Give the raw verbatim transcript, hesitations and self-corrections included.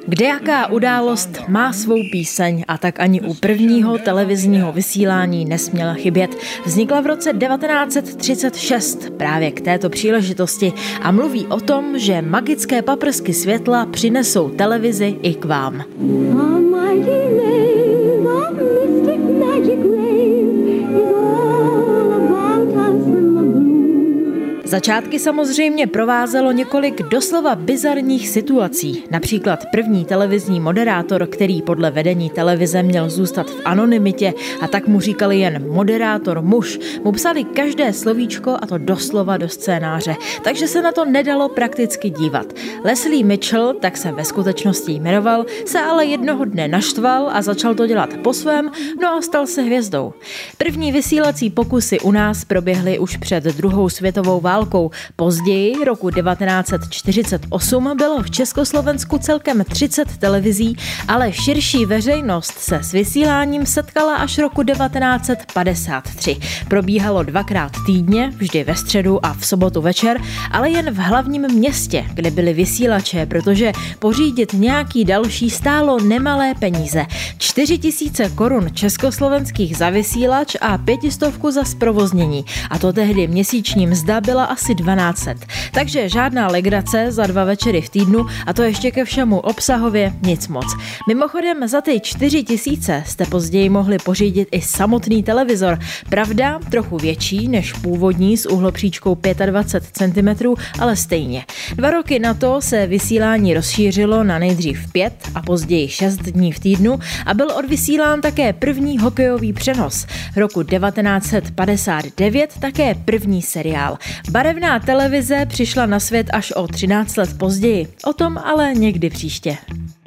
Kdejaká událost má svou píseň a tak ani u prvního televizního vysílání nesměla chybět. Vznikla v roce devatenáct set třicet šest právě k této příležitosti a mluví o tom, že magické paprsky světla přinesou televizi i k vám. Začátky samozřejmě provázelo několik doslova bizarních situací. Například první televizní moderátor, který podle vedení televize měl zůstat v anonymitě a tak mu říkali jen moderátor muž, mu psali každé slovíčko a to doslova do scénáře, takže se na to nedalo prakticky dívat. Leslie Mitchell, tak se ve skutečnosti jmenoval, se ale jednoho dne naštval a začal to dělat po svém, no a stal se hvězdou. První vysílací pokusy u nás proběhly už před druhou světovou válkou. Později, roku devatenáct set čtyřicet osm, bylo v Československu celkem třicet televizí, ale širší veřejnost se s vysíláním setkala až roku devatenáct set padesát tři. Probíhalo dvakrát týdně, vždy ve středu a v sobotu večer, ale jen v hlavním městě, kde byly vysílače, protože pořídit nějaký další stálo nemalé peníze. čtyři tisíce korun československých za vysílač a pětistovku za zprovoznění. A to tehdy měsíční mzda byla asi dvanáct set. Takže žádná legrace za dva večery v týdnu a to ještě ke všemu obsahově nic moc. Mimochodem za ty čtyři tisíce jste později mohli pořídit i samotný televizor. Pravda, trochu větší než původní s uhlopříčkou dvacet pět centimetrů, ale stejně. Dva roky na to se vysílání rozšířilo na nejdřív pět a později šest dní v týdnu a byl odvysílán také první hokejový přenos. Roku devatenáct set padesát devět také první seriál. Barevná televize přišla na svět až o třináct let později. O tom ale někdy příště.